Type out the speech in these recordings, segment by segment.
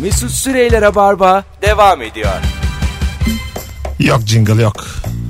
Mesut Süreyler'e barba devam ediyor. Yok jingle yok.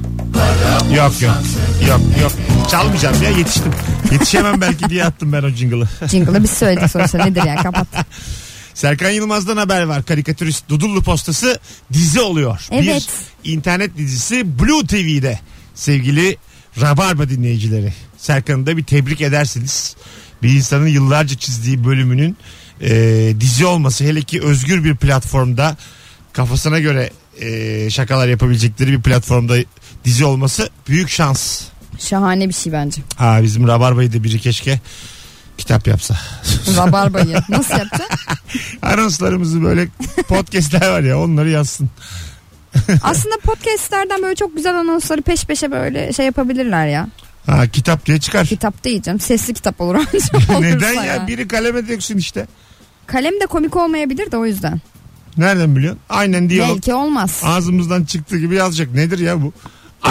Yok. Çalmayacağım ya, yetiştim. Yetişemem belki diye attım ben o jingle'ı. Jingle'ı biz söyledik sonuçta, nedir ya, kapat. Serkan Yılmaz'dan haber var. Karikatürist Dudullu Postası dizi oluyor. Evet. Bir internet dizisi Blue TV'de. Sevgili Rabarba dinleyicileri, Serkan'ı da bir tebrik edersiniz. Bir insanın yıllarca çizdiği bölümünün dizi olması, hele ki özgür bir platformda kafasına göre şakalar yapabilecekleri bir platformda dizi olması büyük şans. Şahane bir şey bence. Bizim Rabarba'yı da biri keşke kitap yapsa. Rabarba'yı nasıl yapacak? Anonslarımızı böyle podcastler var ya, onları yazsın. Aslında podcastlerden böyle çok güzel anonsları peş peşe böyle şey yapabilirler ya. Kitap diye çıkar. Kitap diyeceğim. Sesli kitap olur. Neden ya? Biri kaleme döksün işte. Kalem de komik olmayabilir de o yüzden. Nereden biliyorsun? Aynen diyalog. Belki olmaz. Ağzımızdan çıktığı gibi yazacak. Nedir ya bu?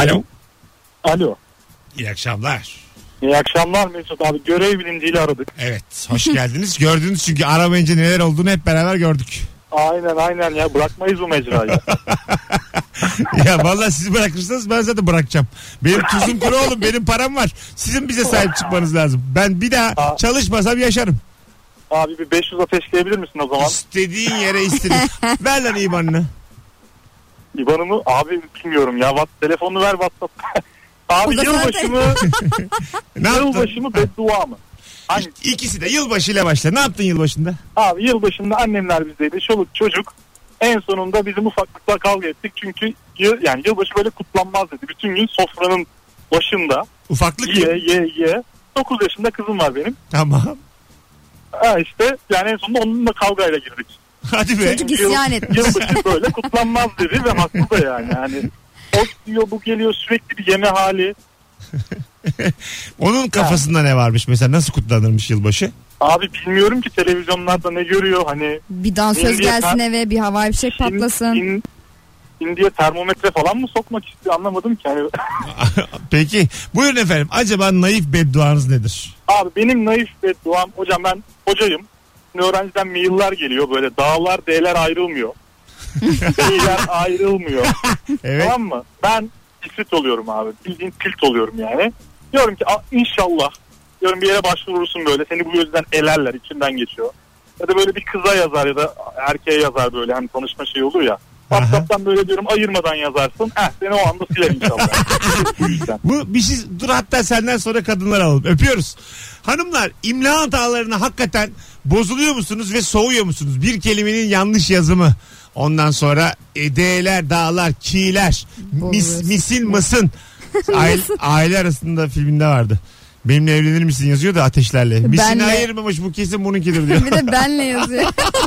Alo. İyi akşamlar. İyi akşamlar Mesut abi. Görev bilinciyle aradık. Evet. Hoş geldiniz. Gördünüz çünkü aramayınca neler olduğunu hep beraber gördük. Aynen ya. Bırakmayız bu mecrayı. Ya vallahi siz bırakırsanız ben zaten bırakacağım. Benim tuzum kuru oğlum. Benim param var. Sizin bize sahip çıkmanız lazım. Ben bir daha çalışmasam yaşarım. Abi bir 500 ateşleyebilir misin o zaman? İstediğin yere istediğin. Ver lan IBAN'ını. İBAN'ımı abi bilmiyorum ya. Telefonunu ver WhatsApp. Abi yılbaşı mı? Yılbaşı mı beddua mı? İkisi de yılbaşıyla başla. Ne yaptın yılbaşında? Abi yılbaşında annemler bizdeydi. Çoluk çocuk. En sonunda bizim ufaklıkla kavga ettik. Çünkü yani yılbaşı böyle kutlanmaz dedi. Bütün gün sofranın başında. Ufaklık ye. 9 yaşında kızım var benim. Tamam. İşte yani en sonunda onunla kavgayla girdik. Hadi be. Çocuk isyan etmiş. Yılbaşı böyle kutlanmaz dedi ve haklı da yani. O diyor, bu geliyor, sürekli bir yeme hali. Onun kafasında ne varmış mesela, nasıl kutlanırmış yılbaşı? Abi bilmiyorum ki, televizyonlarda ne görüyor hani. Bir dansöz gelsin eve, bir havai fişek patlasın. Diye termometre falan mı sokmak istiyor, anlamadım ki. Yani. Peki buyurun efendim, acaba naif bedduanız nedir? Abi benim naif bedduam, hocam ben hocayım. Öğrenciden mailler geliyor böyle, dağlar D'ler ayrılmıyor. D'ler ayrılmıyor. Evet. Tamam mı? Ben tilt oluyorum abi. Bildiğin tilt oluyorum yani. Diyorum ki inşallah diyorum bir yere başvurursun böyle, seni bu yüzden elerler, içinden geçiyor. Ya da böyle bir kıza yazar ya da erkeğe yazar böyle, hani tanışma şey olur ya. WhatsApp'tan böyle diyorum ayırmadan yazarsın. Seni o anda siler inşallah. Bu bir şey, dur hatta senden sonra kadınlar alalım. Öpüyoruz. Hanımlar, imla hatalarına hakikaten bozuluyor musunuz ve soğuyor musunuz? Bir kelimenin yanlış yazımı. Ondan sonra D'ler, dağlar, ki'ler, misin, mısın. Aile arasında filminde vardı. Benimle evlenir misin yazıyor da ateşlerle. Misini ayırmamış, bu kesin bununkidir diyor. Bir de benle yazıyor.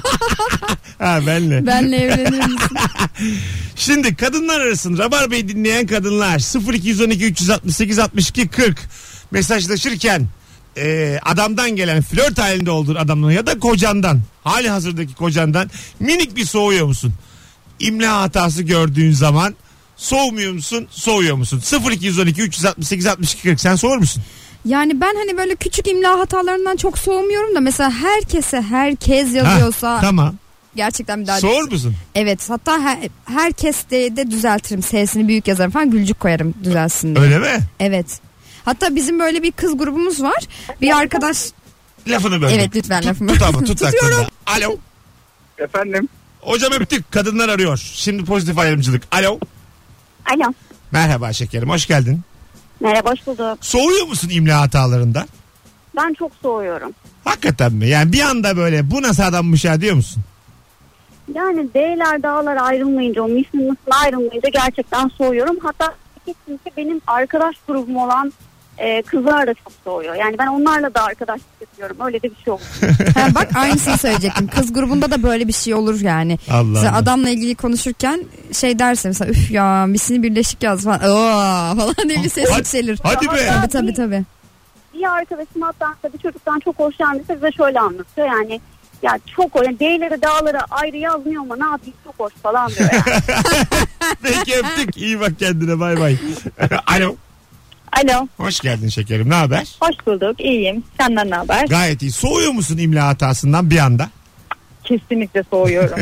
Benle. Benle evlenir misin? Şimdi kadınlar arasında Rabarba'yı dinleyen kadınlar 0212 368 62 40 mesajlaşırken adamdan gelen, flört halinde olduğun adamdan ya da kocandan, hali hazırdaki kocandan minik bir soğuyor musun? İmla hatası gördüğün zaman soğumuyor musun, soğuyor musun? 0212 368 62 40, sen soğur musun? Yani ben hani böyle küçük imla hatalarından çok soğumuyorum da mesela herkes yazıyorsa tamam. Gerçekten bir daha soğur musun? Evet, hatta herkes de düzeltirim, S'sini büyük yazarım falan, gülcük koyarım düzelsin diye. Öyle mi? Evet. Hatta bizim böyle bir kız grubumuz var. Bir arkadaş... Lafını böldüm. Evet lütfen lafımı. Tut ama tut. Tutuyorum. Alo. Efendim. Hocam öptük, kadınlar arıyor. Şimdi pozitif ayrımcılık. Alo. Alo. Merhaba şekerim, hoş geldin. Merhaba, hoş bulduk. Soğuyor musun imla hatalarında? Ben çok soğuyorum. Hakikaten mi? Yani bir anda böyle bu nasıl adammış ya diyor musun? Yani D'ler, dağlar ayrılmayınca, o misin ayrılmayınca gerçekten soğuyorum. Hatta kesinlikle benim arkadaş grubum olan kızlar da çok soğuyor. Yani ben onlarla da arkadaşlık yapıyorum. Öyle de bir şey olur. Bak aynısını söyleyecektim. Kız grubunda da böyle bir şey olur yani. Allah. Adamla ilgili konuşurken şey dersin mesela, üf ya misini birleşik yaz falan. Falan diye bir ses yükselir. Hadi be. Tabii. Bir arkadaşım hatta bir çocuktan çok hoşlandıysa bize şöyle anlatıyor. Yani ya çok o, yani D'lere dağlara ayrı yazmıyor ama ne yapayım, çok hoş falan diyor yani. Peki öptük. İyi bak kendine, bay bay. Alo. Alo. Hoş geldin şekerim, ne haber? Hoş bulduk, iyiyim. Senden ne haber? Gayet iyi. Soğuyor musun imla hatasından bir anda? kesinlikle soğuyorum.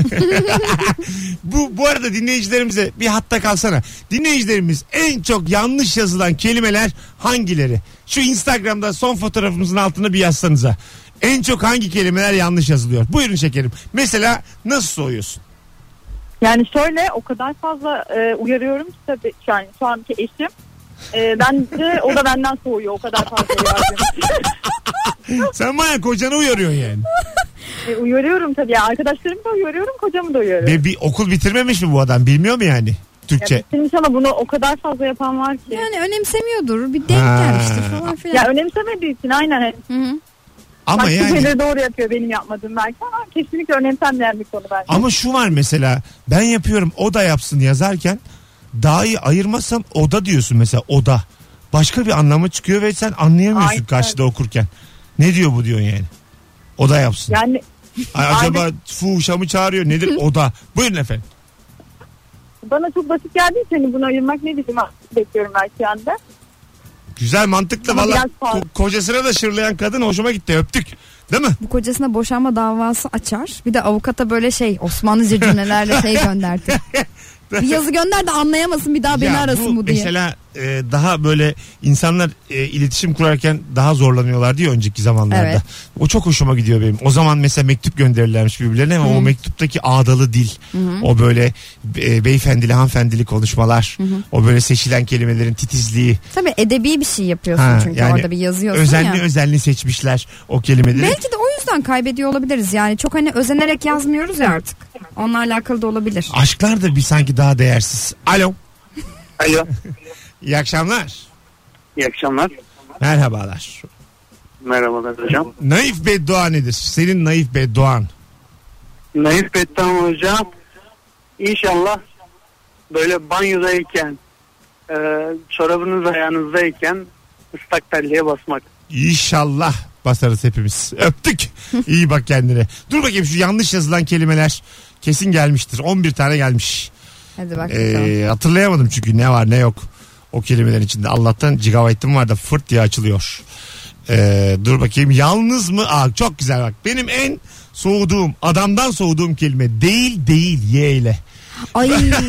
Bu arada dinleyicilerimize bir hatta kalsana. Dinleyicilerimiz en çok yanlış yazılan kelimeler hangileri? Şu Instagram'da son fotoğrafımızın altına bir yazsanıza. En çok hangi kelimeler yanlış yazılıyor? Buyurun şekerim. Mesela nasıl soğuyorsun? Yani şöyle o kadar fazla uyarıyorum ki tabii yani şu anki eşim. Bence o da benden soğuyor o kadar fazla uyarıyorum. Sen bayağı kocanı uyarıyorsun yani. Uyarıyorum tabii ya. Arkadaşlarımı da uyarıyorum, kocamı da uyarıyorum. Ve bir okul bitirmemiş mi bu adam? Bilmiyor mu yani Türkçe? Ya bitirmiş ama bunu o kadar fazla yapan var ki. Yani önemsemiyordur. Bir denk gelmiştir falan filan. Ya önemsemediği için aynen. Hı. Ama başka yani şeyleri doğru yapıyor benim yapmadığım belki ama kesinlikle önemsenmeyen bir konu bence. ama şu var mesela, ben yapıyorum o da yapsın yazarken dahi ayırmazsam oda diyorsun mesela, oda. Başka bir anlamı çıkıyor ve sen anlayamıyorsun Aynen. karşıda okurken. Ne diyor bu diyorsun yani. Oda yapsın. Yani Acaba fuhuşa mı çağırıyor nedir oda? Buyurun efendim. bana çok basit geldiği için hani bunu ayırmak ne diyeyim bekliyorum ben şu anda. Güzel, mantıklı Ama valla. biraz fazla. Kocasına da şırlayan kadın hoşuma gitti, öptük. Değil mi? Bu kocasına boşanma davası açar. Bir de avukata böyle Osmanlıca cümlelerle gönderdi. Bir yazı gönder de anlayamasın, bir daha beni arasın bu diye. Mesela daha böyle insanlar iletişim kurarken daha zorlanıyorlar diye önceki zamanlarda. Evet. O çok hoşuma gidiyor benim. O zaman mesela mektup gönderirlermiş birbirlerine ama o mektuptaki ağdalı dil, o böyle beyefendili hanımefendili konuşmalar, o böyle seçilen kelimelerin titizliği. Tabii edebi bir şey yapıyorsun çünkü yani orada bir yazıyorsun özenli ya. özenli seçmişler o kelimeleri. Belki de o yüzden kaybediyor olabiliriz yani. Çok özenerek yazmıyoruz ya artık. Onunla alakalı da olabilir. Aşklar da bir sanki daha değersiz. Alo. Alo. İyi akşamlar. İyi akşamlar. Merhabalar. Merhabalar hocam. Naif beddua nedir? Senin naif bedduan. Naif Bettan hocam. İnşallah böyle banyodayken çorabınız ayağınızdayken ıslak terliğe basmak. İnşallah basarız hepimiz. Öptük. İyi bak kendine. Dur bakayım, şu yanlış yazılan kelimeler kesin gelmiştir. 11 tane gelmiş. Hadi bak bakalım. Hatırlayamadım çünkü ne var ne yok o kelimelerin içinde. Allah'tan gigabaytım var da fırt diye açılıyor. Dur bakayım, yalnız mı? Çok güzel bak. Benim en soğuduğum, adamdan soğuduğum kelime değil Y ile. Ay.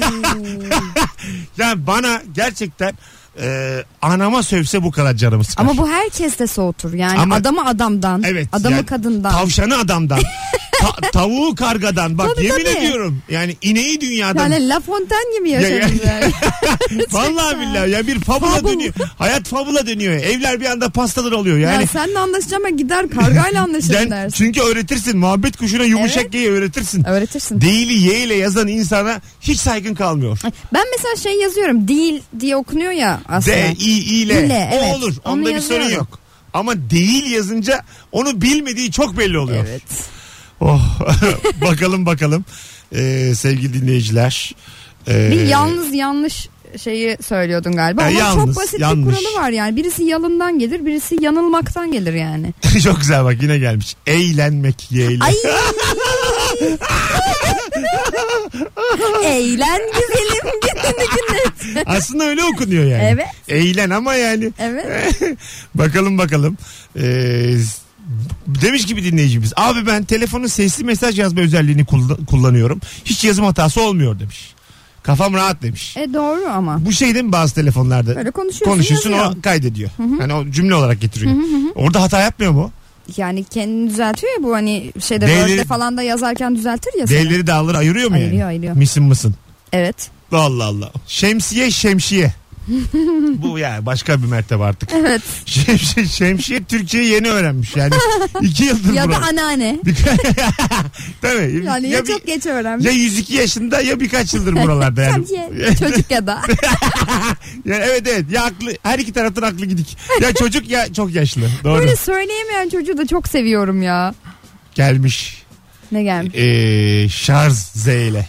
Yani bana gerçekten anama sövse bu kadar canımı sıkar. Ama bu herkes de soğutur. Yani Ama, adamı adamdan, evet, adamı yani kadından. Tavşanı adamdan. Tavuğu kargadan. Bak Tabii, yemin tabii. ediyorum. Yani ineği dünyadan. Yani La Fontaine gibi yaşadınız yani. Vallahi billahi ya, bir fabula dönüyor. Hayat fabula dönüyor. Evler bir anda pastalar oluyor. Yani Ya seninle anlaşacağım ama gider kargayla anlaşırım dersin. çünkü öğretirsin. Muhabbet kuşuna yumuşak Y'yi öğretirsin. Öğretirsin. Değili Y ile yazan insana hiç saygın kalmıyor. Ben mesela yazıyorum. Değil diye okunuyor ya aslında. İ ile. Evet. O olur. Onu Onda bir yazıyorum. sorun yok. Ama değil yazınca onu bilmediği çok belli oluyor. Evet. Oh. bakalım sevgili dinleyiciler. Bir yalnız yanlış söylüyordun galiba. Ama yalnız, çok basit yanlış. bir kuralı var yani. Birisi yalından gelir, birisi yanılmaktan gelir yani. Çok güzel bak, yine gelmiş. Eğlenmek yeğle. Ay. Eğlen güzelim gününü. Aslında öyle okunuyor yani. Evet. Eğlen ama yani. Evet. Bakalım. Demiş gibi dinleyicimiz. Abi ben telefonun sesli mesaj yazma özelliğini kullanıyorum. Hiç yazım hatası olmuyor demiş. Kafam rahat demiş. Doğru ama. Bu şey değil mi bazı telefonlarda? Böyle konuşuyorsun o kaydediyor. Yani o cümle olarak getiriyor. Orada hata yapmıyor mu? Yani kendini düzeltiyor ya bu D'leri- Word'de falan da yazarken düzeltir ya seni. D'leri de alır ayırıyor mu yani? Ayırıyor. Misin mısın? Evet. Allah. Şemsiye. Bu yani başka bir mertebe artık. Evet. Şemsiye Türkçeyi yeni öğrenmiş yani. 2 yıldır Ya da burada. anneanne. Tabii. Yani ya çok geç öğrenmiş. Ya 102 yaşında ya birkaç yıldır buralarda yani. Tabii çocuk ya da. Yani evet ya aklı, her iki taraftan aklı gidik. Ya çocuk ya çok yaşlı. Doğru. Böyle söyleyemeyen çocuğu da çok seviyorum ya. Gelmiş. Ne gelmiş? Şarj Z ile.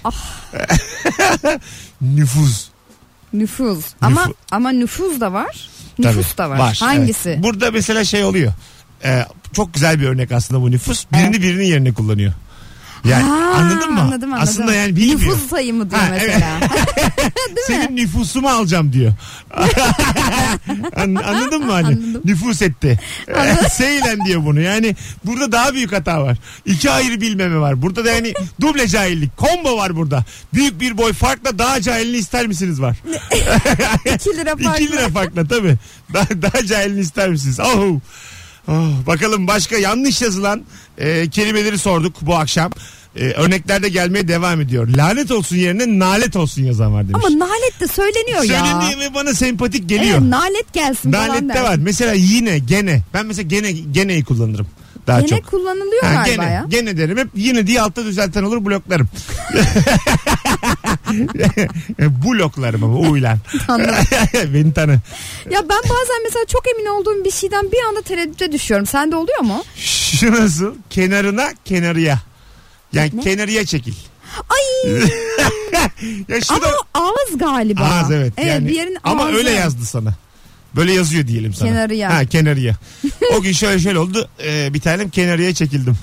Nüfuz. Ama nüfuz da var. Nüfus da var. Hangisi? Evet. Burada mesela oluyor. Çok güzel bir örnek aslında bu nüfus. Birinin yerine kullanıyor. Yani anladın mı? Anladım. Aslında yani bilmiyor. Nüfus sayımı diyor mesela. Senin nüfusumu alacağım diyor. Anladın mı hani? Anladım. Nüfus etti. Seylen diyor bunu. Yani burada daha büyük hata var. İki ayrı bilmeme var. Burada da yani duble cahillik. Combo var burada. Büyük bir boy farkla daha cahilini ister misiniz var. 2 lira farklı. 2 lira farkla tabii. Daha cahilini ister misiniz? Bakalım başka yanlış yazılan kelimeleri sorduk bu akşam. Örnekler de gelmeye devam ediyor. Lanet olsun yerine nalet olsun yazan var demiş. Ama nalet de söyleniyor ya. Söyleniyor ve bana sempatik geliyor. Nalet gelsin falan Nalet de der. var. Mesela yine, gene. Ben mesela geneyi kullanırım. Daha Gene çok. kullanılıyor galiba ya. Gene derim. Hep yine diye altta düzelten olur bloklarım. Bloklarım ama uylan. Beni tanı. Ya ben bazen mesela çok emin olduğum bir şeyden bir anda tereddüte düşüyorum. Sende oluyor mu? Şu nasıl? Kenarıya. Yani kenarıya çekil. Ay. Ya şurada... Ama ağız galiba. Ağız evet. Yani, bir yerin ama ağzı. öyle yazdı sana. Böyle yazıyor diyelim sana. Kenarıya. Kenarıya. O gün şöyle oldu. Bir tanem kenarıya çekildim.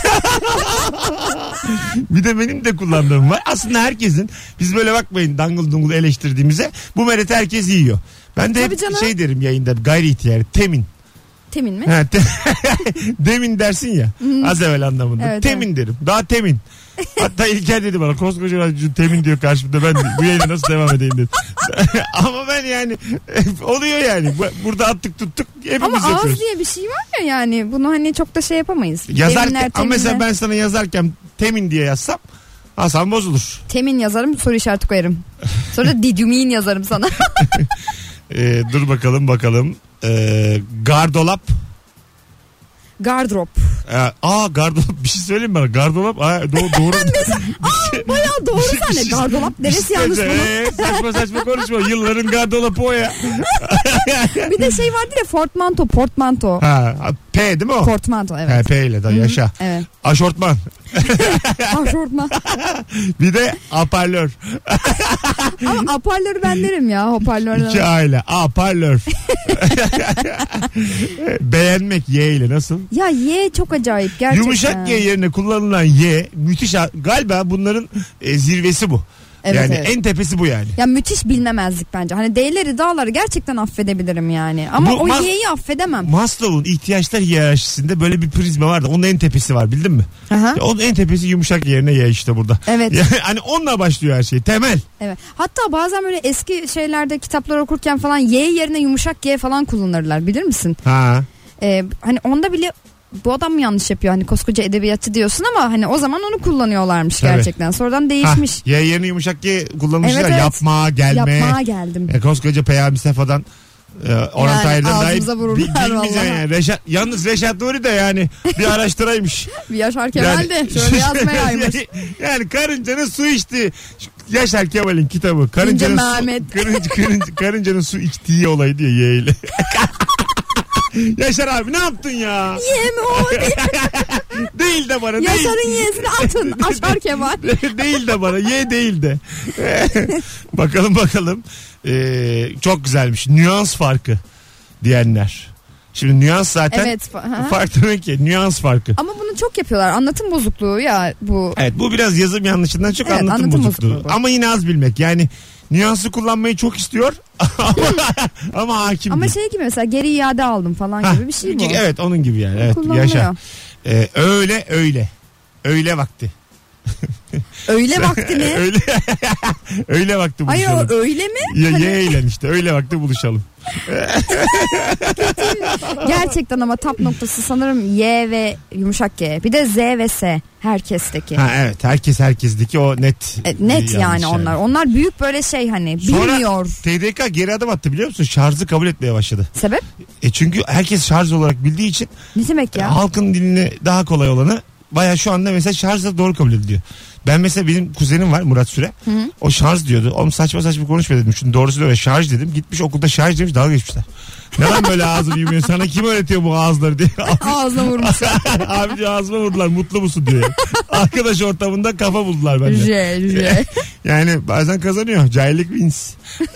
Bir de benim de kullandığım var. Aslında herkesin, biz böyle bakmayın dangıl dungul eleştirdiğimize, bu mereti herkes yiyor. Ben de Tabii hep canım. şey derim yayında, gayri ihtiyari temin. Temin mi? Demin dersin ya. Az evvel anlamında. Evet, temin derim. Daha temin. Hatta İlker dedi bana, koskoca radyocu temin diyor karşımda, ben bu yayına nasıl devam edeyim dedim. Ama ben yani oluyor yani. Burada attık tuttuk hepimiz Ama yapıyoruz. ağız diye bir şey var ya yani. Bunu hani çok da şey yapamayız. Yazarken, ama mesela ben sana yazarken temin diye yazsam Hasan bozulur. Temin yazarım, soru işareti koyarım. Sonra didyumin yazarım sana. Dur bakalım. Gardolap. Gardrop. Gardolap, bir şey söyleyeyim bana. Gardolap doğru. Bayağı doğru sahne. Gardolap neresi yanlış bunun? Saçma konuşma. Yılların gardolapı o ya. Bir de şey vardı ya, portmanto. P değil mi o? Portmanto evet. P ile de yaşa. Evet. Aşortman. Aşortman. Bir de aparlör. Ama aparlörü ben derim ya, hoparlörden. 2 aile. Aparlör. Beğenmek Y ile nasıl? Ya Y çok acayip gerçekten. Yumuşak Y yerine kullanılan Y müthiş. Galiba bunların zirvesi bu. Evet, yani evet. en tepesi bu yani. Ya müthiş bilmemezlik bence. Hani D'leri dağları gerçekten affedebilirim yani. Ama o Y'yi affedemem. Maslow'un ihtiyaçlar hiyerarşisinde böyle bir prizma vardı. Onun en tepesi var, bildin mi? Onun en tepesi yumuşak yerine Y işte burada. Evet. Yani hani onunla başlıyor her şey. Temel. Evet. Hatta bazen böyle eski şeylerde kitaplar okurken falan Y yerine yumuşak Y falan kullanırlar, bilir misin? Hani onda bile bu adam mı yanlış yapıyor? Hani koskoca edebiyatçı diyorsun ama hani o zaman onu kullanıyorlarmış gerçekten. Sonradan değişmiş. Y yerine yumuşak Y kullanmışlar. Evet. Yapmaya geldim. Koskoca Peyami Sefa'dan Orhan Yani Tayyip'den ağzımıza vururlar yani. Yalnız Reşat Nuri de yani bir araştıraymış. Bir Yaşar Kemal de şöyle yazmayaymış. Yani karıncanın su içtiği, Yaşar Kemal'in kitabı. Karıncanın su içtiği olayı diye Y ile. Yaşar abi ne yaptın ya? Y mi o? Değil de bana. Yaşar'ın Y'sini atın. Aşar Kemal. Değil de bana. Y değil de. Bakalım. Çok güzelmiş. Nüans farkı diyenler. Şimdi nüans zaten evet, farklı demek ki. Nüans farkı. Ama bunu çok yapıyorlar. Anlatım bozukluğu ya bu. Evet, bu biraz yazım yanlışından çok anlatım bozukluğu. Ama yine az bilmek. Yani nüansı kullanmayı çok istiyor ama hakim ama değil. Şey gibi mesela geri iade aldım falan gibi bir şey bu. Evet, onun gibi yani. Evet, yaşa. Öyle vakti. Öyle vakti mi? Öyle vakti buluşalım. Hayır, öyle mi? Ye eğlen işte, öyle vakti buluşalım. Gerçekten ama tap noktası sanırım Y ve yumuşak G. Bir de Z ve S herkesteki. Evet, herkesteki o net. Net yani onlar. Onlar büyük böyle şey hani bilmiyor. Sonra TDK geri adım attı, biliyor musun? Şarjı kabul etmeye başladı. Sebep? Çünkü herkes şarj olarak bildiği için. Ne demek ya? Halkın dilini daha kolay olanı baya şu anda mesela şarjla doğru kabul ediliyor. Ben mesela, benim kuzenim var Murat Süre. Hı-hı. O şarj diyordu. Oğlum saçma konuşma dedim. Şunun doğrusu öyle, şarj dedim. Gitmiş okulda şarj demiş, dalga geçmişler. Neden böyle ağzını yumuyor? Sana kim öğretiyor bu ağızları diye. Ağzına vurmuş. Abici ağzıma vurdular, mutlu musun diye. Arkadaş ortamında kafa buldular bende. Yani bazen kazanıyor. Cahillik wins.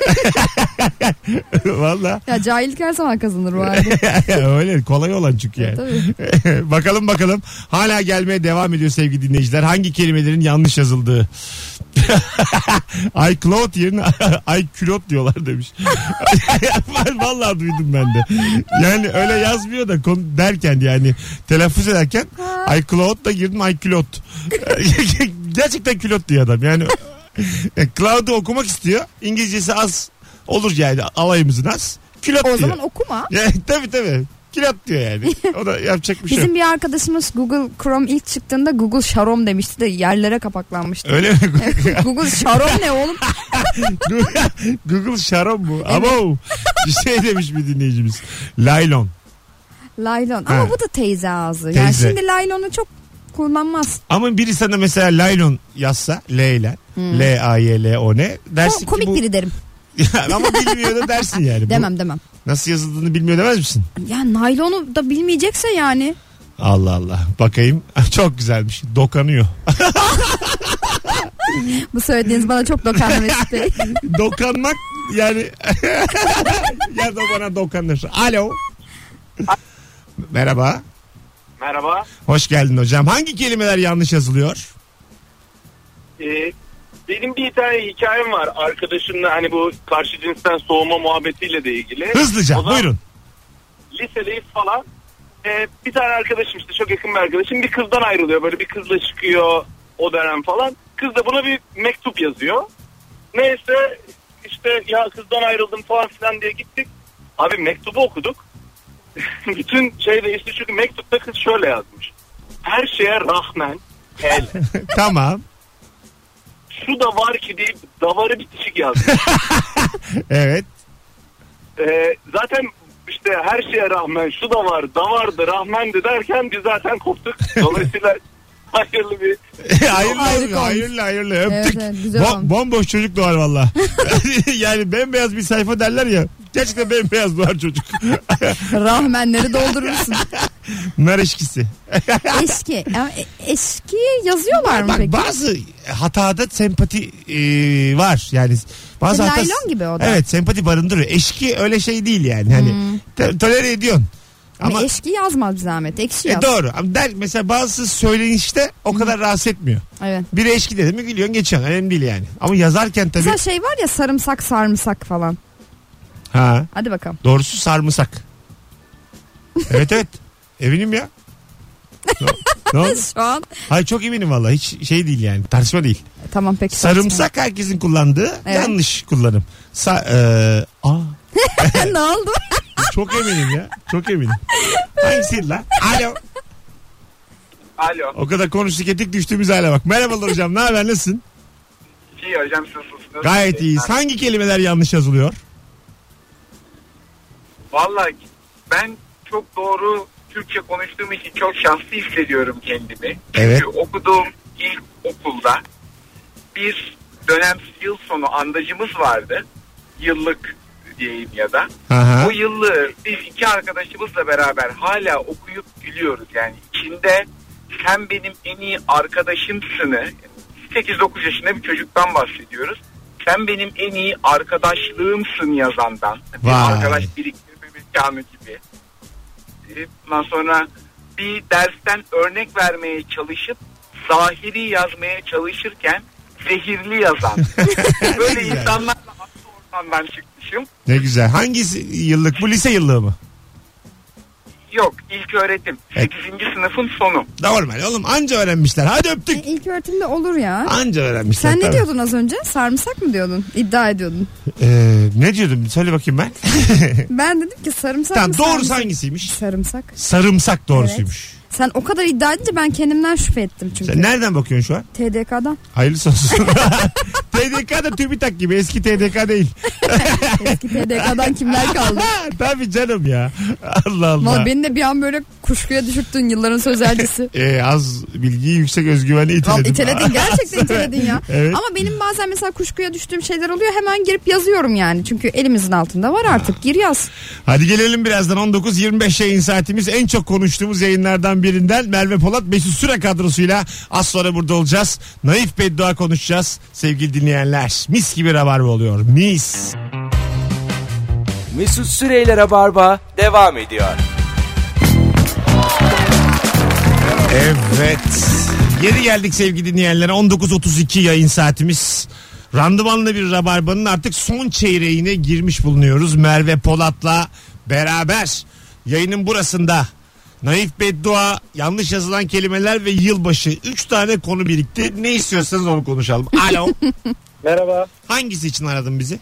Valla. Ya cahillik her zaman kazanır bu halde. Öyle kolay olan çünkü yani. Bakalım. Hala gelmeye devam ediyor sevgili dinleyiciler. Hangi kelimelerin yanlış yazıldığı. iCloud yerine iCloud diyorlar demiş. Vallahi duydum ben de. Yani öyle yazmıyor da derken yani telaffuz ederken iCloud da girdim iCloud. Gerçekten külot diyor adam. Yani cloud'u okumak istiyor. İngilizcesi az olur yani, alayımızın az. Külot diyor. O zaman okuma. Yani, tabii. Külot diyor yani. O da yapacak bir şey yok. Bizim bir arkadaşımız Google Chrome ilk çıktığında Google Sharom demişti de yerlere kapaklanmıştı. Öyle mi? Google Sharom ne oğlum? Google Sharom bu. Evet. Ama bir şey demiş bir dinleyicimiz. Laylon. Laylon. Ama bu da teyze ağzı. Yani Teyze. şimdi laylonu çok kullanmaz. Ama biri sana mesela laylon yazsa L ile L-A-Y-L-O-N dersin Komik ki bu... biri derim. Ama bilmiyor da dersin yani. Demem. Nasıl yazıldığını bilmiyor demez misin? Ya naylonu da bilmeyecekse yani. Allah Allah. Bakayım. Çok güzelmiş. Dokanıyor. Bu söylediğiniz bana çok dokandı Mesut Bey. Dokanmak yani ya da bana dokanır. Alo. Merhaba. Merhaba. Hoş geldin hocam. Hangi kelimeler yanlış yazılıyor? Benim bir tane hikayem var arkadaşımla, hani bu karşı cinsten soğuma muhabbetiyle de ilgili. Hızlıca buyurun. Lisedeyiz falan. Bir tane arkadaşım, işte çok yakın bir arkadaşım, bir kızdan ayrılıyor. Böyle bir kızla çıkıyor o dönem falan. Kız da buna bir mektup yazıyor. Neyse işte ya kızdan ayrıldım falan filan diye gittik. Abi mektubu okuduk. Bütün şey değişti çünkü mektupta kız şöyle yazmış. Her şeye rağmen hele. Tamam. Şu da var ki deyip davarı bitişik yazmış. Evet. Zaten işte her şeye rağmen şu da var, da vardı, rahmendi derken biz zaten koptuk. Dolayısıyla hayırlı bir... hayırlı. Öptük. Evet, güzel bomboş çocuk doğar valla. Yani bembeyaz bir sayfa derler ya. Gerçekten bembeyaz doğar çocuk. Rahmenleri doldurursun. Nar eşkisi. Eski. Ama eski yazıyorlar mı peki? Bazı hatada sempati var. Yani bazı naylon gibi o da. Evet, sempati barındırıyor. Eşki öyle şey değil yani. Hani tolere ediyorsun. Ama eşki yazmaz bir zahmet. Ekşi yaz. Doğru. Ama mesela bazı söylenişte o kadar rahatsız etmiyor. Evet. Biri eşki dedi mi gülüyorsun geçiyorsun. Önemli değil yani. Ama yazarken tabii. Mesela şey var ya, sarımsak sarımsak falan. Ha. Hadi bakalım. Doğrusu sarımsak. Evet. Eminim ya. Ne oldu? Şu an. Hayır, çok eminim valla. Hiç şey değil yani. Tartışma değil. Tamam peki. Sarımsak herkesin kullandığı yanlış kullanım. Ne oldu? Çok eminim ya. Çok eminim. Hangisiydi lan? Alo. O kadar konuştuk ettik düştüğümüz hale bak. Merhabalar hocam. Ne haber? Nasılsın? İyi hocam, siz nasılsınız? Gayet iyiyiz. Hangi kelimeler yanlış yazılıyor? Vallahi ben çok doğru Türkçe konuştuğum için çok şanslı hissediyorum kendimi. Evet. Çünkü okuduğum ilk okulda bir dönem yıl sonu andacımız vardı. Yıllık diyeyim ya da. Aha. O yıllığı biz iki arkadaşımızla beraber hala okuyup gülüyoruz. Yani içinde sen benim en iyi arkadaşımsını, 8-9 yaşında bir çocuktan bahsediyoruz. Sen benim en iyi arkadaşlığımsın yazandan. Bir arkadaş biriktirme imkanı gibi. Ondan sonra bir dersten örnek vermeye çalışıp zahiri yazmaya çalışırken zehirli yazan. Böyle insanlarla aslında ortamdan çıkmışım. Ne güzel. Hangisi yıllık? Bu lise yıllığı mı? Yok, ilk öğretim. 8. sınıfın sonu. Normal oğlum, anca öğrenmişler. Hadi öptük. İlk öğretimde olur ya. Anca öğrenmişler. Sen ne diyordun az önce? Sarımsak mı diyordun? İddia ediyordun. Ne diyordum? Söyle bakayım ben. Ben dedim ki sarımsak tamam, mı? doğrusu sarımsak? Hangisiymiş? Sarımsak. Sarımsak doğrusuymuş. Evet. Sen o kadar iddia edince ben kendimden şüphe ettim çünkü. Sen nereden bakıyorsun şu an? TDK'dan. Hayırlısı olsun. TDK da TÜBİTAK gibi, eski TDK değil. Eski TDK'dan kimler kaldı? Tabii canım ya. Allah Allah. Vallahi beni de bir an böyle Kuşkuya düşürttün yılların sözelcisi. Az bilgiyi yüksek özgüveni iteledim. İteledin, gerçekten iteledin ya. Evet. Ama benim bazen mesela kuşkuya düştüğüm şeyler oluyor, hemen girip yazıyorum yani. Çünkü elimizin altında var artık, gir yaz. Hadi gelelim birazdan 19.25 yayın saatimiz. En çok konuştuğumuz yayınlardan birinden Merve Polat Mesut Süre kadrosuyla az sonra burada olacağız. Naif beddua konuşacağız sevgili dinleyenler. Mis gibi rabarba oluyor. Mis. Mesut Süreyle Rabarba devam ediyor. Evet. Geri geldik sevgili dinleyenler. 19.32 yayın saatimiz. Randımanlı bir rabarbanın artık son çeyreğine girmiş bulunuyoruz. Merve Polat'la beraber yayının burasında naif beddua, yanlış yazılan kelimeler ve yılbaşı. 3 tane konu birikti. Ne istiyorsanız onu konuşalım. Alo. Merhaba. Hangisi için aradın bizi?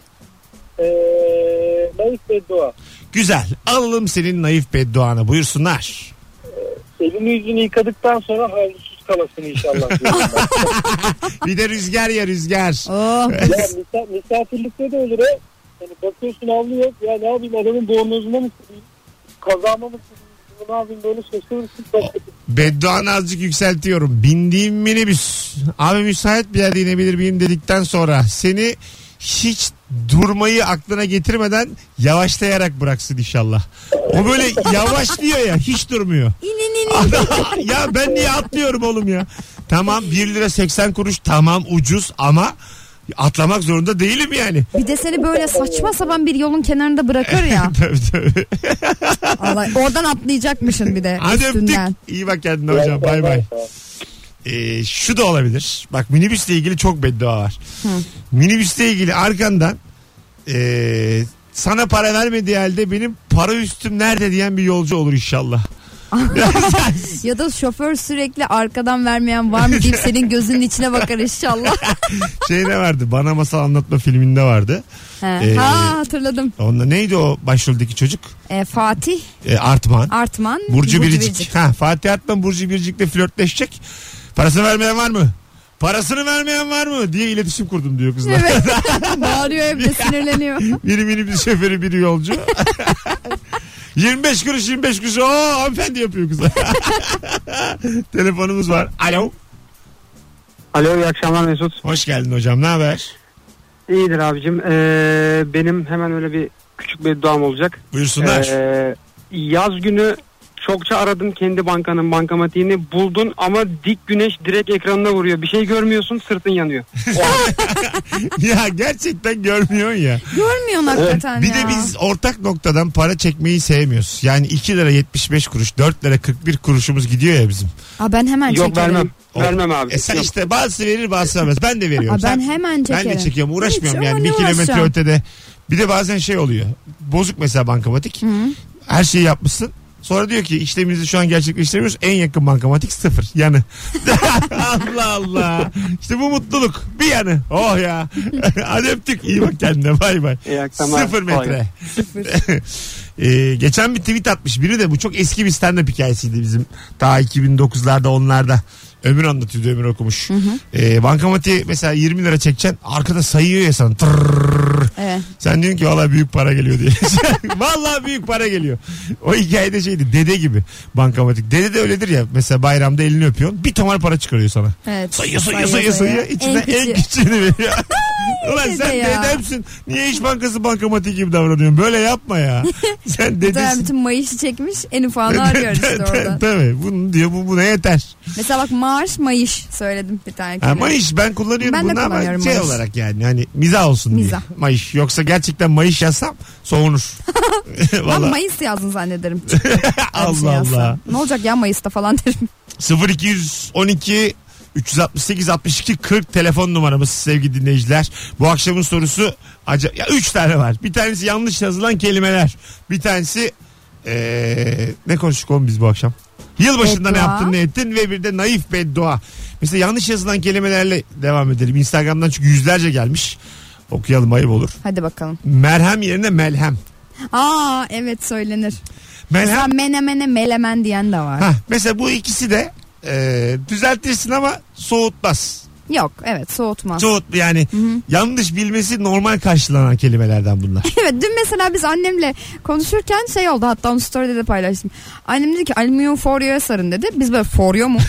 Naif beddua. Güzel. Alalım senin naif bedduanı. Buyursunlar. Elini yüzünü yıkadıktan sonra havlusuz kalasın inşallah. Bir de rüzgar ya rüzgar. Oh. Ya misafirlikte de olur he. Yani bakıyorsun havlu yok. Ya ne yapayım, adamın bornozuna mı süreyim? Kazağıma mı süreyim? Ne yapayım, böyle şaşırırsın. Bedduanı azıcık yükseltiyorum. Bindiğim minibüs. Abi müsait bir yerde inebilir miyim dedikten sonra seni hiç durmayı aklına getirmeden yavaşlayarak bıraksın inşallah. O böyle yavaşlıyor ya, hiç durmuyor. Ya ben niye atlıyorum oğlum ya? Tamam 1 lira 80 kuruş, tamam ucuz ama atlamak zorunda değilim yani. Bir de seni böyle saçma sapan bir yolun kenarında bırakır ya. Tabii. Allah, oradan atlayacakmışsın bir de Hadi üstünden. öptük. İyi bak kendine hocam. Bay bay. Şu da olabilir. Bak minibüsle ilgili çok beddua var. Minibüsle ilgili arkandan sana para vermediği halde benim para üstüm nerede diyen bir yolcu olur inşallah. Ya da şoför sürekli arkadan vermeyen var mı deyip senin gözünün içine bakar inşallah. Ne vardı? Bana Masal Anlatma filminde vardı. Hatırladım. Onda neydi o başroldeki çocuk? Fatih. Artman. Burcu Biricik. Fatih Artman Burcu Biricik'le flörtleşecek. Parasını vermeyen var mı? Parasını vermeyen var mı? Diye iletişim kurdum diyor kızlar. Evet. Bağırıyor, hep de sinirleniyor. Biri minibüs şoförü, biri yolcu. 25 kuruş. Hanımefendi yapıyor kızlar. Telefonumuz var. Alo. Alo, iyi akşamlar Mesut. Hoş geldin hocam, ne haber? İyidir abicim. Benim hemen öyle bir küçük bedduam olacak. Buyursunlar. Yaz günü çokça aradım kendi bankanın bankamatiğini, buldun ama dik güneş direkt ekranına vuruyor. Bir şey görmüyorsun, sırtın yanıyor. Ya gerçekten görmüyorsun ya. Görmüyorsun hakikaten Bir ya. de biz ortak noktadan para çekmeyi sevmiyoruz. Yani 2 lira 75 kuruş, 4 lira 41 kuruşumuz gidiyor ya bizim. Ben hemen Yok, çekerim. vermem abi. Sen işte bazısı verir bazısı vermez. Ben de veriyorum. Ben hemen çekerim. Ben de çekiyorum, uğraşmıyorum Hiç, yani 1 kilometre ötede. Bir de bazen şey oluyor. Bozuk mesela bankamatik. Her şeyi yapmışsın. Sonra diyor ki işlemimizi şu an gerçekleştiremiyoruz. En yakın bankamatik 0 yanı. Allah Allah. İşte bu mutluluk. Bir yanı. Oh ya. Hadi öptük. İyi bak kendine. Bay bay. 0 metre. Geçen bir tweet atmış biri de, bu çok eski bir stand-up hikayesiydi bizim. Ta 2009'larda 10'larda. Ömür anlatıyordu, Ömür okumuş. Bankamatiğe mesela 20 lira çekeceksin. Arkada sayıyor ya sana. Evet. Sen diyorsun ki vallahi büyük para geliyor diye. Vallahi büyük para geliyor. O hikayede şeydi, dede gibi bankamatik. Dede de öyledir ya. Mesela bayramda elini öpüyorsun. Bir tomar para çıkarıyor sana. Evet. Sayıyor. İçinden en küçüğünü veriyor. Ulan sen dedemsin. Niye İş Bankası bankamatiği gibi davranıyorsun? Böyle yapma ya. Sen dedesin. Bütün mayışı çekmiş, en ufağını arıyor işte orada. Tabii. Bunu diyor, bu yeter. Mesela bak, maaş mayış söyledim bir tane kelime. Mayış ben kullanıyorum. Ben de bunu kullanıyorum ama şey mayış olarak yani hani mizah olsun diye. Mayış. Yoksa gerçekten mayış yazsam soğunur. Ben Mayıs yazdın zannederim. Allah Allah. Ne olacak ya Mayıs'ta falan derim. 0212 368 62 40 telefon numaramız sevgili dinleyiciler. Bu akşamın sorusu 3 tane var. Bir tanesi yanlış yazılan kelimeler. Bir tanesi ne konuştuk oğlum biz bu akşam? Yılbaşında ne yaptın ne ettin, ve bir de naif beddua. Mesela yanlış yazılan kelimelerle devam edelim. Instagram'dan çünkü yüzlerce gelmiş. Okuyalım, ayıp olur. Hadi bakalım. Merhem yerine melhem. Evet söylenir. Melhem. Mesela menemene melemen diyen de var. Mesela bu ikisi de düzeltirsin ama soğutmaz. Yok, evet, soğutmaz. Yani yanlış bilmesi normal karşılanan kelimelerden bunlar. Evet, dün mesela biz annemle konuşurken şey oldu, hatta onu story'de de paylaştım. Annem dedi ki alüminyum folyoya sarın dedi. Biz böyle folyo mu?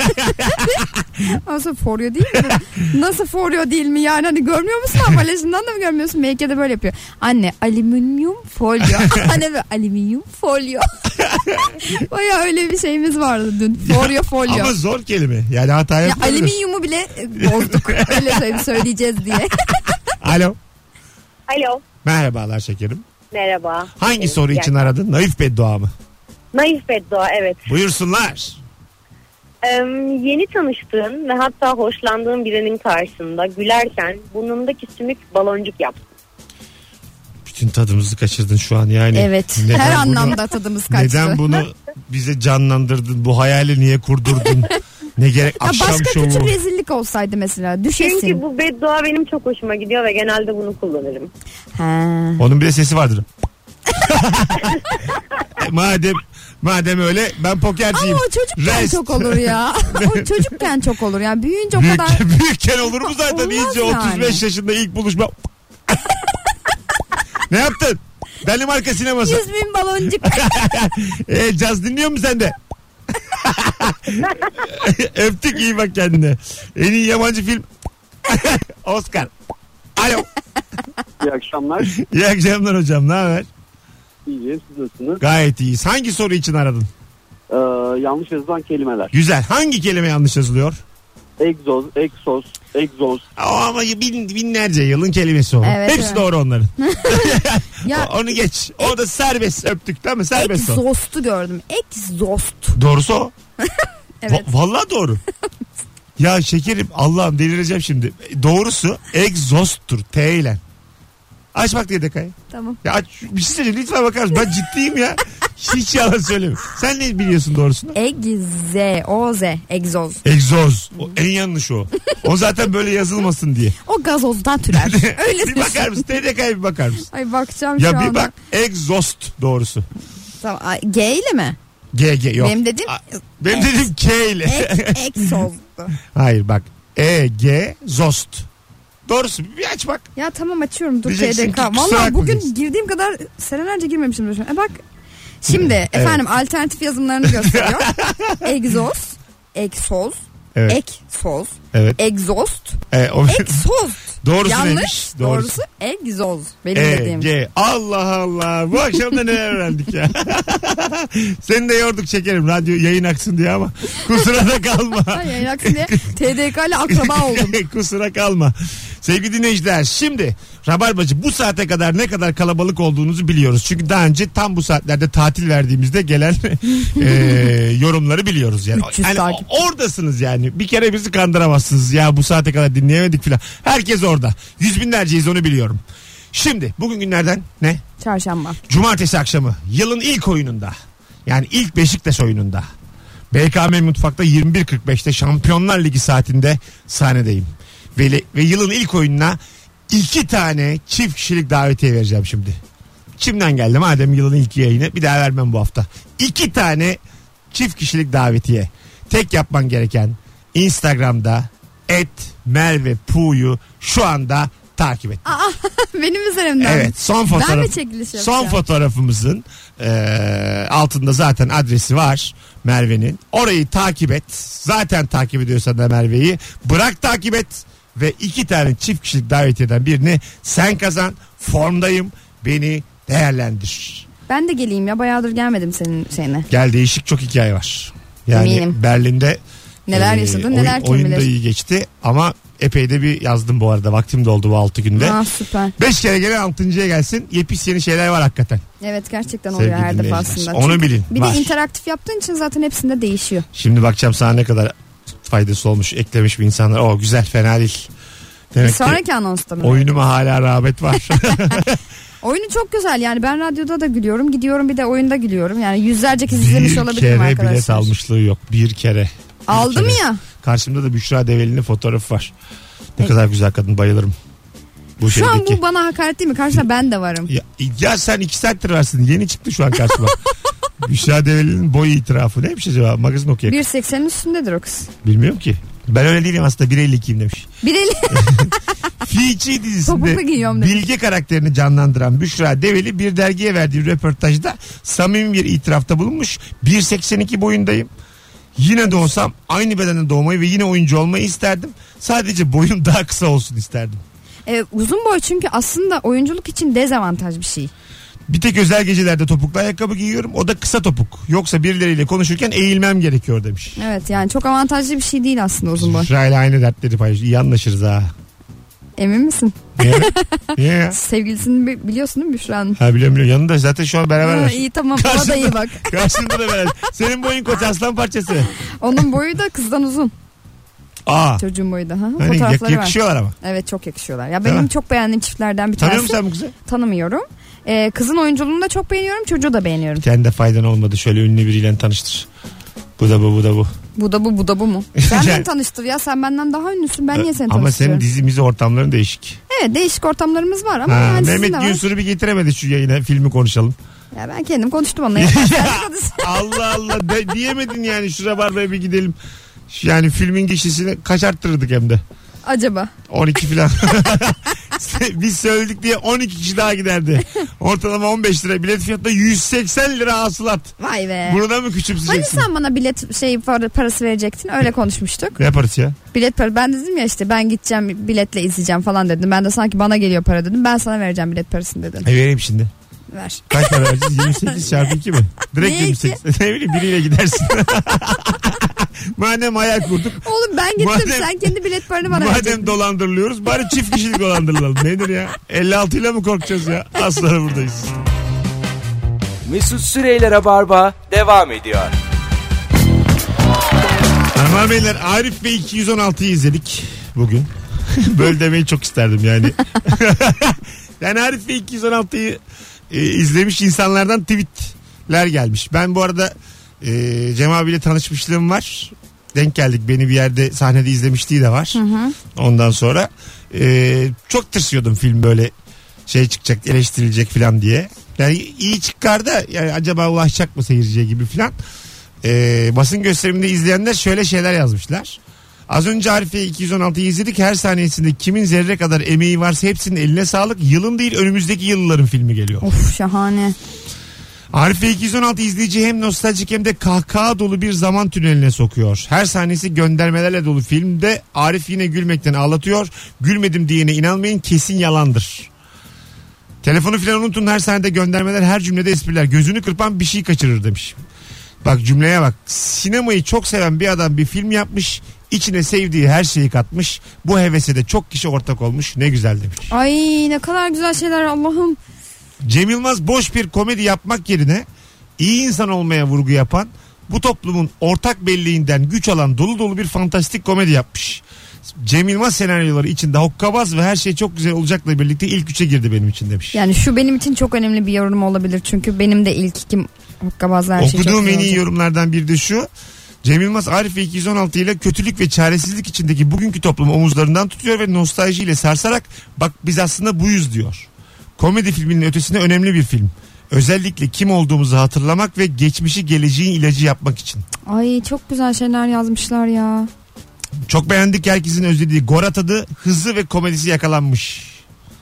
Nasıl folyo değil mi? Nasıl folyo değil mi yani, hani görmüyor musun? Ambalajından da mı görmüyorsun? Melike de böyle yapıyor. Anne alüminyum folyo. Anne böyle alüminyum folyo. Baya öyle bir şeyimiz vardı dün. Folyo. Ama zor kelime. Yani hata yapıyoruz. Alüminyumu bile bozduk. Öyle söyleyeceğiz diye. Alo. Alo. Merhabalar şekerim. Merhaba. Hangi soru için aradın? Naif beddua mı? Naif beddua, evet. Buyursunlar. Yeni tanıştığın ve hatta hoşlandığın birinin karşısında gülerken burnundaki sümük baloncuk yap. Bütün tadımızı kaçırdın şu an yani. Evet. Her anlamda tadımız kaçtı. Neden bunu bize canlandırdın? Bu hayali niye kurdurdun? Ne gerek akşam başka şovu. küçük rezillik olsaydı mesela, düşesin. Çünkü bu beddua benim çok hoşuma gidiyor ve genelde bunu kullanırım. Onun bir de sesi vardır. Madem öyle, ben pokerciyim. Ama o çocukken çok olur ya. O çocukken çok olur yani, büyüyünce o kadar. Büyükken olur mu zaten? İyice yani. 35 yaşında ilk buluşma. Ne yaptın? Danimarka sineması. 100.000 baloncuk. Caz dinliyor musun sen de? Öptük, iyi bak kendine. En iyi yabancı film Oscar. Alo. İyi akşamlar. İyi akşamlar hocam, ne haber? İyi, siz nasılsınız? Gayet iyiyiz. Hangi soru için aradın? Yanlış yazılan kelimeler. Güzel. Hangi kelime yanlış yazılıyor? Egzoz, egzoz, egzoz. Ama binlerce yılın kelimesi o. Evet, hepsi evet. doğru onların. Ya, onu geç. O da serbest, öptük değil mi? Serbest o. Egzost'u gördüm. Egzost. Doğrusu o. Evet. Vallahi doğru. Ya şekerim, Allah'ım delireceğim şimdi. Doğrusu egzosttur. T ile. Aç bak DDK'yı. Tamam. Ya aç, bir şey söyleyeyim, lütfen bakar mısın? Ben ciddiyim ya. Hiç yalan söylemiyorum. Sen ne biliyorsun doğrusunu? Egzoz. Egzoz. O, en yanlış o. O zaten böyle yazılmasın diye. O gazozdan türer. Öyle Bir bakar mısın? TDK'ya bir bakar mısın? Ay bakacağım Ya şu anda. bir bak. Egzost doğrusu. Tamam. G ile mi? G yok. Benim dediğim K ile. Egzoz'du. Hayır bak. Zost. Doğrusu bir aç bak. Ya tamam, açıyorum. Dur Diyeceksin TDK. ki, kusura Valla bakma bugün diyeceksin. girdiğim kadar senelerce girmemişim. Bak. Şimdi Evet. efendim alternatif yazımlarını gösteriyor. Egzoz, egzoz, Evet. eksoz, Evet. egzost, O eksoz. doğrusu Yanlış. neymiş? Doğrusu egzoz. Benim dediğim. G. Allah Allah. Bu akşam da neler öğrendik ya. Seni de yorduk şekerim. Radyo yayın aksın diye ama kusura da kalma. Yayın aksın diye TDK ile akraba oldum. Kusura kalma. Sevgili dinleyiciler, şimdi Rabarbacı bu saate kadar ne kadar kalabalık olduğunuzu biliyoruz. Çünkü daha önce tam bu saatlerde tatil verdiğimizde gelen yorumları biliyoruz. Yani oradasınız yani. Bir kere bizi kandıramazsınız. Ya bu saate kadar dinleyemedik filan. Herkes orada. Yüz binlerceyiz, onu biliyorum. Şimdi bugün günlerden ne? Çarşamba. Cumartesi akşamı yılın ilk oyununda, yani ilk Beşiktaş oyununda, BKM Mutfak'ta 21.45'te Şampiyonlar Ligi saatinde sahnedeyim. Ve yılın ilk oyununa 2 tane çift kişilik davetiye vereceğim şimdi. Kimden geldi madem yılın ilk yayını, bir daha vermem bu hafta. 2 tane çift kişilik davetiye. Tek yapman gereken Instagram'da @mervepu'yu şu anda takip et. Benim üzerimden. Evet, son fotoğrafımızın altında zaten adresi var Merve'nin. Orayı takip et. Zaten takip ediyorsan da Merve'yi bırak takip et ve 2 tane çift kişilik davetiyeden birini sen kazan. Formdayım, beni değerlendir. Ben de geleyim ya, bayağıdır gelmedim senin şeyine. Gel, değişik çok hikaye var. Yani Eminim. Berlin'de neler yaşadın, neler kim oyun bilir. da iyi geçti ama epey de bir yazdım bu arada. Vaktim doldu bu 6 günde. Süper. 5 kere gelen 6.'ya gelsin. Yepis yeni şeyler var hakikaten. Evet, gerçekten oluyor Sevgili her dinleyiciler, defasında. onu Çünkü bilin. Bir Var. de interaktif yaptığın için zaten hepsinde değişiyor. Şimdi bakacağım sana ne kadar faydası olmuş, eklemiş bir insanlar. O güzel, fena değil. Demek ki Sonraki anonsta mı? oyunuma hala rağbet var. Oyunu çok güzel yani, ben radyoda da gülüyorum, gidiyorum bir de oyunda gülüyorum. Yani yüzlerce kez izlemiş olabilirim Bir arkadaşlar. kere bilet almışlığı yok. Bir kere. Aldım ya. Karşımda da Büşra Develi'nin fotoğrafı var. Ne kadar güzel kadın, bayılırım. Şu an bu bana hakaret değil mi? Karşıda ben de varım. Ya sen 2 saattir varsın. Yeni çıktı şu an karşıma. Büşra Develi'nin boy itirafı neymiş acaba? Magazin okuyalım. 1.80'in üstündedir o kız. Bilmiyorum ki. Ben öyle değilim aslında 1.52'yim demiş. 1.50. Fi dizisinde Bilge karakterini canlandıran Büşra Develi bir dergiye verdiği röportajda samimi bir itirafta bulunmuş. 1.82 boyundayım. Yine doğsam aynı bedende doğmayı ve yine oyuncu olmayı isterdim. Sadece boyum daha kısa olsun isterdim. Uzun boy çünkü aslında oyunculuk için dezavantaj bir şey. Bir tek özel gecelerde topuklu ayakkabı giyiyorum. O da kısa topuk. Yoksa birileriyle konuşurken eğilmem gerekiyor demiş. Evet yani çok avantajlı bir şey değil aslında uzun boy. Büşra'yla aynı dertleri paylaşıyor. İyi anlaşırız ha. Emin misin? Niye ya? Sevgilisini biliyorsun değil mi Büşra'nın? Ha biliyorum. Yanında zaten şu an beraberler. İyi tamam ona da iyi bak. Karşında da beraber. Senin boyun koç aslan parçası. Onun boyu da kızdan uzun. Çocuğun boyu da. Hani fotoğrafları yakışıyorlar var. ama. Evet çok yakışıyorlar. Ya benim çok beğendiğim çiftlerden bir tanesi. Tanıyor musun sen bu kızı? Tanımıyorum. Kızın oyunculuğunu da çok beğeniyorum. Çocuğu da beğeniyorum. Kendi faydan olmadı. Şöyle ünlü biriyle tanıştır. Bu da bu. Bu da bu mu? Sen beni tanıştır ya. Sen benden daha ünlüsün. Ben niye seni tanıştırıyorum? Ama senin dizimiz ortamların değişik. Evet değişik ortamlarımız var ama yani Mehmet Günsur'u bir getiremedi şu yayına, filmi konuşalım. Ya ben kendim konuştum onunla. Allah Allah diyemedin yani, şuraya Barba'ya bir gidelim. Yani filmin kişisini kaç arttırırdık hem de. Acaba? 12 falan. Biz söyledik diye 12 kişi daha giderdi. Ortalama 15 lira. Bilet fiyatı da 180 lira hasılat. Vay be. Bunu da mı küçümseyeceksin? Hani sen bana bilet parası verecektin? Öyle konuşmuştuk. Ne parası ya? Bilet parası. Ben dedim ya işte ben gideceğim biletle izleyeceğim falan dedim. Ben de sanki bana geliyor para dedim. Ben sana vereceğim bilet parasını dedim. Vereyim şimdi. Ver. Kaç para vereceğiz? 28 çarpı 2 mi? Direkt 28. Ne bileyim biriyle gidersin. Madem hayal kurduk. Oğlum ben gittim sen kendi bilet paranı bana vereceksin. Madem dolandırılıyoruz bari çift kişilik dolandırılalım. Nedir ya? 56 ile mi korkacağız ya? Az sonra buradayız. Mesut Süreyler'e barba devam ediyor. Hanımlar beyler, Arif Bey 216'yı izledik bugün. Böyle demeyi çok isterdim yani. Yani Arif Bey 216'yı izlemiş insanlardan tweetler gelmiş. Ben bu arada Cem abiyle tanışmışlığım var. Denk geldik, beni bir yerde sahnede izlemişliği de var. Ondan sonra çok tırsıyordum film böyle şey çıkacak, eleştirilecek falan diye. Yani iyi çıkar da yani acaba ulaşacak mı seyirciye gibi falan. Basın gösteriminde izleyenler şöyle şeyler yazmışlar. Az önce Arife 216'yı izledik. Her saniyesinde kimin zerre kadar emeği varsa hepsinin eline sağlık. Yılın değil önümüzdeki yılların filmi geliyor. Of şahane. Arife 216 izleyici hem nostaljik hem de kahkaha dolu bir zaman tüneline sokuyor. Her sahnesi göndermelerle dolu filmde Arif yine gülmekten ağlatıyor. Gülmedim diyene inanmayın, kesin yalandır. Telefonu filan unutun, her sahnede göndermeler, her cümlede espriler. Gözünü kırpan bir şey kaçırır demiş. Bak cümleye bak. Sinemayı çok seven bir adam bir film yapmış. İçine sevdiği her şeyi katmış. Bu hevese de çok kişi ortak olmuş. Ne güzel demiş. Ay ne kadar güzel şeyler Allah'ım. Cem Yılmaz boş bir komedi yapmak yerine iyi insan olmaya vurgu yapan, bu toplumun ortak belleğinden güç alan dolu dolu bir fantastik komedi yapmış. Cem Yılmaz senaryoları içinde hokkabaz ve her şey çok güzel olacakla birlikte ilk üçe girdi benim için demiş. Yani şu benim için çok önemli bir yorum olabilir. Çünkü benim de ilk ikim hokkabazlar her şey çok okuduğum güzel en iyi olacak. yorumlardan biri de şu. Cem Yılmaz Arife 216 ile kötülük ve çaresizlik içindeki bugünkü toplumu omuzlarından tutuyor ve nostaljiyle sarsarak bak biz aslında buyuz diyor. Komedi filminin ötesine önemli bir film. Özellikle kim olduğumuzu hatırlamak ve geçmişi geleceğin ilacı yapmak için. Ay çok güzel şeyler yazmışlar ya. Çok beğendik, herkesin özlediği Gorat adı, hızı ve komedisi yakalanmış.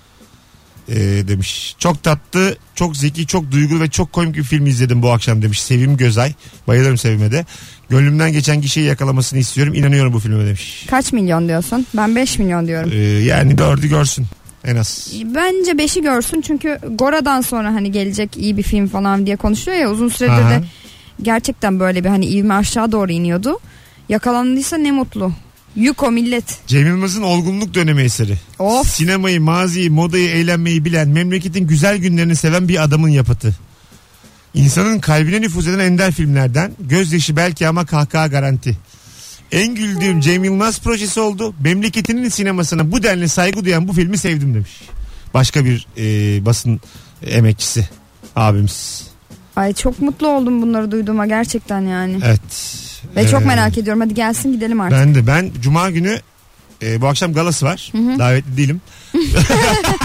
Demiş. Çok tatlı, çok zeki, çok duygulu ve çok komik bir film izledim bu akşam demiş Sevim Gözay. Bayılırım Sevim'e de. Gönlümden geçen kişiyi yakalamasını istiyorum. İnanıyorum bu filme demiş. Kaç milyon diyorsun? Ben 5 milyon diyorum. Yani 4'ü görsün en az. Bence 5'i görsün çünkü Gora'dan sonra hani gelecek iyi bir film falan diye konuşuyor ya, uzun süredir de gerçekten böyle bir hani ivme aşağı doğru iniyordu. Yakalandıysa ne mutlu. Yuko millet. Cem Yılmaz'ın olgunluk dönemi eseri. Of. Sinemayı, maziyi, modayı, eğlenmeyi bilen, memleketin güzel günlerini seven bir adamın yapıtı. İnsanın kalbine nüfuz eden ender filmlerden, gözyaşı belki ama kahkaha garanti. En güldüğüm Cem Yılmaz projesi oldu. Memleketinin sinemasına bu denli saygı duyan bu filmi sevdim demiş. Başka bir basın emekçisi abimiz. Ay çok mutlu oldum bunları duyduğuma gerçekten yani. Evet. Ve çok merak ediyorum. Hadi gelsin gidelim artık. Ben cuma günü bu akşam galası var. Hı-hı. Davetli değilim.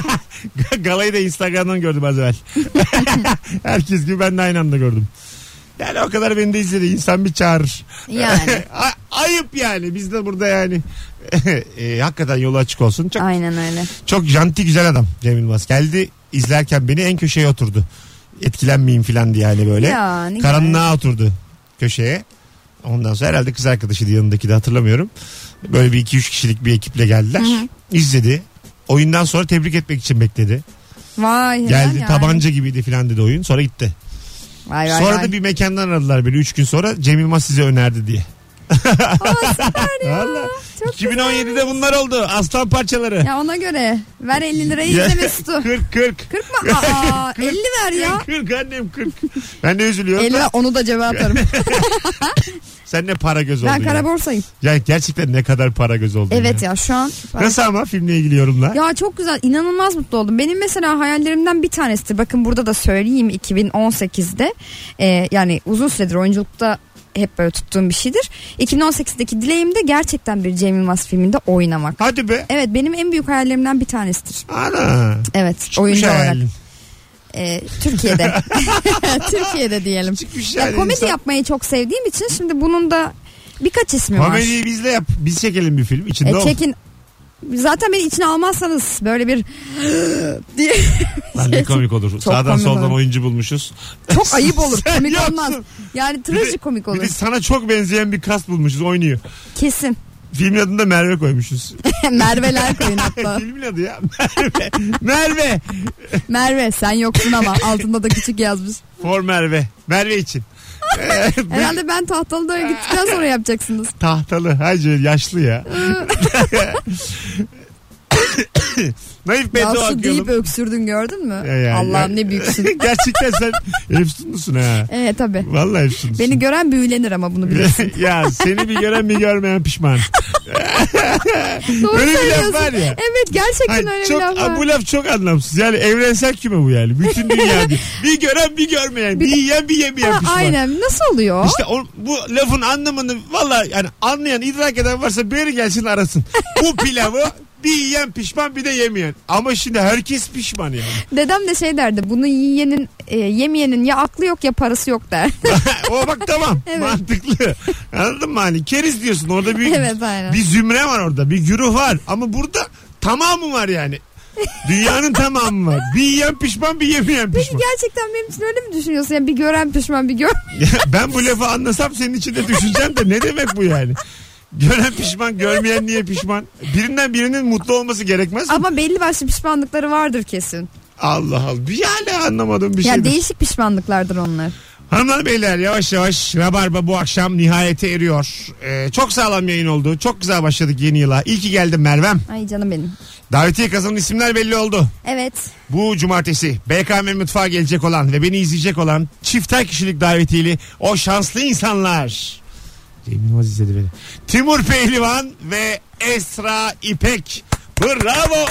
Galayı da Instagram'dan gördüm az evvel. Herkes gibi ben de aynı anda gördüm. Yani o kadar beni de izledi. İnsan bir çağırır. Yani. Ayıp yani. Biz de burada yani. Hakikaten yolu açık olsun. Çok, aynen öyle. Çok janti güzel adam Cem Yılmaz. Geldi izlerken beni en köşeye oturdu. Etkilenmeyeyim falan diye yani böyle. Ya, karanlığa oturdu köşeye. Ondan sonra herhalde kız arkadaşıydı yanındaki de hatırlamıyorum. Böyle bir 2-3 kişilik bir ekiple geldiler. Hı-hı. İzledi. Oyundan sonra tebrik etmek için bekledi. Vay. Geldi tabanca gibiydi falan dedi oyun. Sonra gitti. Vay, sonra da bir mekandan aradılar böyle 3 gün sonra Cem Yılmaz size önerdi diye. Süper ya. Çok 2017'de güzelmiş. Bunlar oldu. Aslan parçaları. Ya ona göre. Ver 50 lirayı izle Mesut'u. 40. 40 mı? Aa, 50 ver ya. 40 annem 40. Ben de üzülüyorum. 50 ver, onu da cebe atarım. Sen ne para göz oldun ben kara borsayım. Ya gerçekten ne kadar para göz oldun. Evet ya şu an. Nasıl ama filmle ilgili yorumlar? Ya çok güzel. İnanılmaz mutlu oldum. Benim mesela hayallerimden bir tanesidir. Bakın burada da söyleyeyim 2018'de. Yani uzun süredir oyunculukta hep böyle tuttuğum bir şeydir. 2018'deki dileğim de gerçekten bir Cem Yılmaz filminde oynamak. Hadi be. Evet benim en büyük hayallerimden bir tanesidir. Ana. Evet oyuncu olarak. Türkiye'de. Türkiye'de diyelim. Ya, komedi yapmayı çok sevdiğim için şimdi bunun da birkaç ismi var. Komediyi bizle yap. Biz çekelim bir film. İçinde çekin. Zaten beni içine almazsanız böyle bir diye. Lan ne komik olur. Sağdan soldan olur. Oyuncu bulmuşuz. Çok ayıp olur. Komik olmaz. Yani trajikomik olur. Bir de sana çok benzeyen bir kast bulmuşuz oynuyor. Kesin. Filmin adını da Merve koymuşuz. Merveler koyun hatta. Filmin adı ya. Merve. Merve sen yoksun ama altında da küçük yazmış. For Merve. Merve için. Herhalde ben Tahtalı'da gittikten sonra yapacaksınız. Tahtalı. Hacı yaşlı ya. Naif beddua okuyalım. Ya su deyip öksürdün gördün mü? Allah'ım ne büyüksün. Gerçekten sen efsunlusun ha. Evet tabii. Vallahi efsunlusun. Beni gören büyülenir ama bunu bilirsin. Ya seni bir gören bir görmeyen pişman. Doğru öyle söylüyorsun. Bir laf var ya. Evet gerçekten öyle çok, bir laf var. Bu laf çok anlamsız. Yani evrensel küme bu yani. Bütün dünya bir gören bir görmeyen. Bir yiyen bir yemeyen pişman. Aynen nasıl oluyor? İşte bu lafın anlamını vallahi yani anlayan idrak eden varsa biri gelsin arasın. Bu pilavı bir yiyen pişman bir de yemeyen. Ama şimdi herkes pişman yani. Dedem de şey derdi. Bunu yiyenin yemeyenin ya aklı yok ya parası yok der. O bak tamam. Evet. Mantıklı. Anladın mı hani? Keriz diyorsun. Orada bir zümre var orada. Bir güruh var. Ama burada tamamı var yani. Dünyanın tamamı var. Bir yiyen pişman bir yemeyen pişman. Peki gerçekten benim için öyle mi düşünüyorsun? Yani bir gören pişman bir görmeyen. Ben bu lafı anlasam senin için de düşüneceğim de ne demek bu yani? Gören pişman, görmeyen niye pişman? Birinden birinin mutlu olması gerekmez mi? Ama belli başlı pişmanlıkları vardır kesin. Allah Allah. Bir hala anlamadığım bir şey. Ya değişik pişmanlıklardır onlar. Hanımlar beyler yavaş yavaş Rabarba bu akşam nihayete eriyor. Çok sağlam yayın oldu. Çok güzel başladık yeni yıla. İyi ki geldin Mervem. Ay canım benim. Davetiye kazanan isimler belli oldu. Evet. Bu cumartesi BKM Mutfağı gelecek olan ve beni izleyecek olan çifter kişilik davetiyeli o şanslı insanlar. Cem Yılmaz izledi beni. Timur Pehlivan ve Esra İpek. Bravo.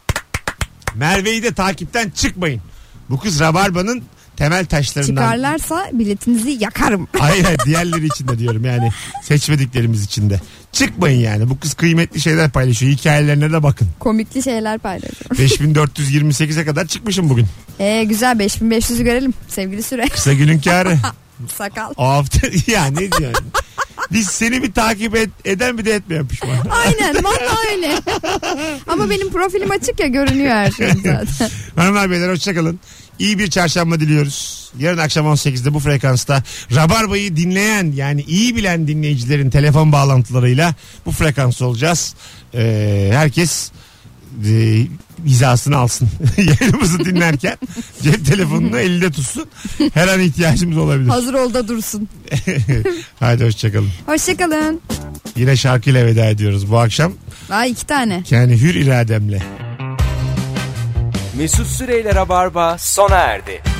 Merve'yi de takipten çıkmayın. Bu kız Rabarba'nın temel taşlarından. Çıkarlarsa biletinizi yakarım. Hayır diğerleri için de diyorum yani seçmediklerimiz için de. Çıkmayın yani bu kız kıymetli şeyler paylaşıyor. Hikayelerine de bakın. Komikli şeyler paylaşıyor. 5428'e kadar çıkmışım bugün. Güzel 5500'ü görelim sevgili Süre. Kısa günün kârı. Sakal. O hafta ya ne diyorsun? Biz seni bir takip eden bir de etmeyen pişman. Aynen vallahi öyle. Ama benim profilim açık ya görünüyor her şey zaten. Hanımlar beyler hoşçakalın. İyi bir çarşamba diliyoruz. Yarın akşam 18'de bu frekansta Rabarba'yı dinleyen yani iyi bilen dinleyicilerin telefon bağlantılarıyla bu frekans olacağız. Herkes hizasını alsın. Yayınımızı dinlerken cep telefonunu elinde tutsun. Her an ihtiyacımız olabilir. Hazır ol da dursun. Hadi hoşçakalın. Hoşçakalın. Yine şarkıyla veda ediyoruz bu akşam. 2 tane. Yani hür irademle. Mesut Süreyle Rabarba sona erdi.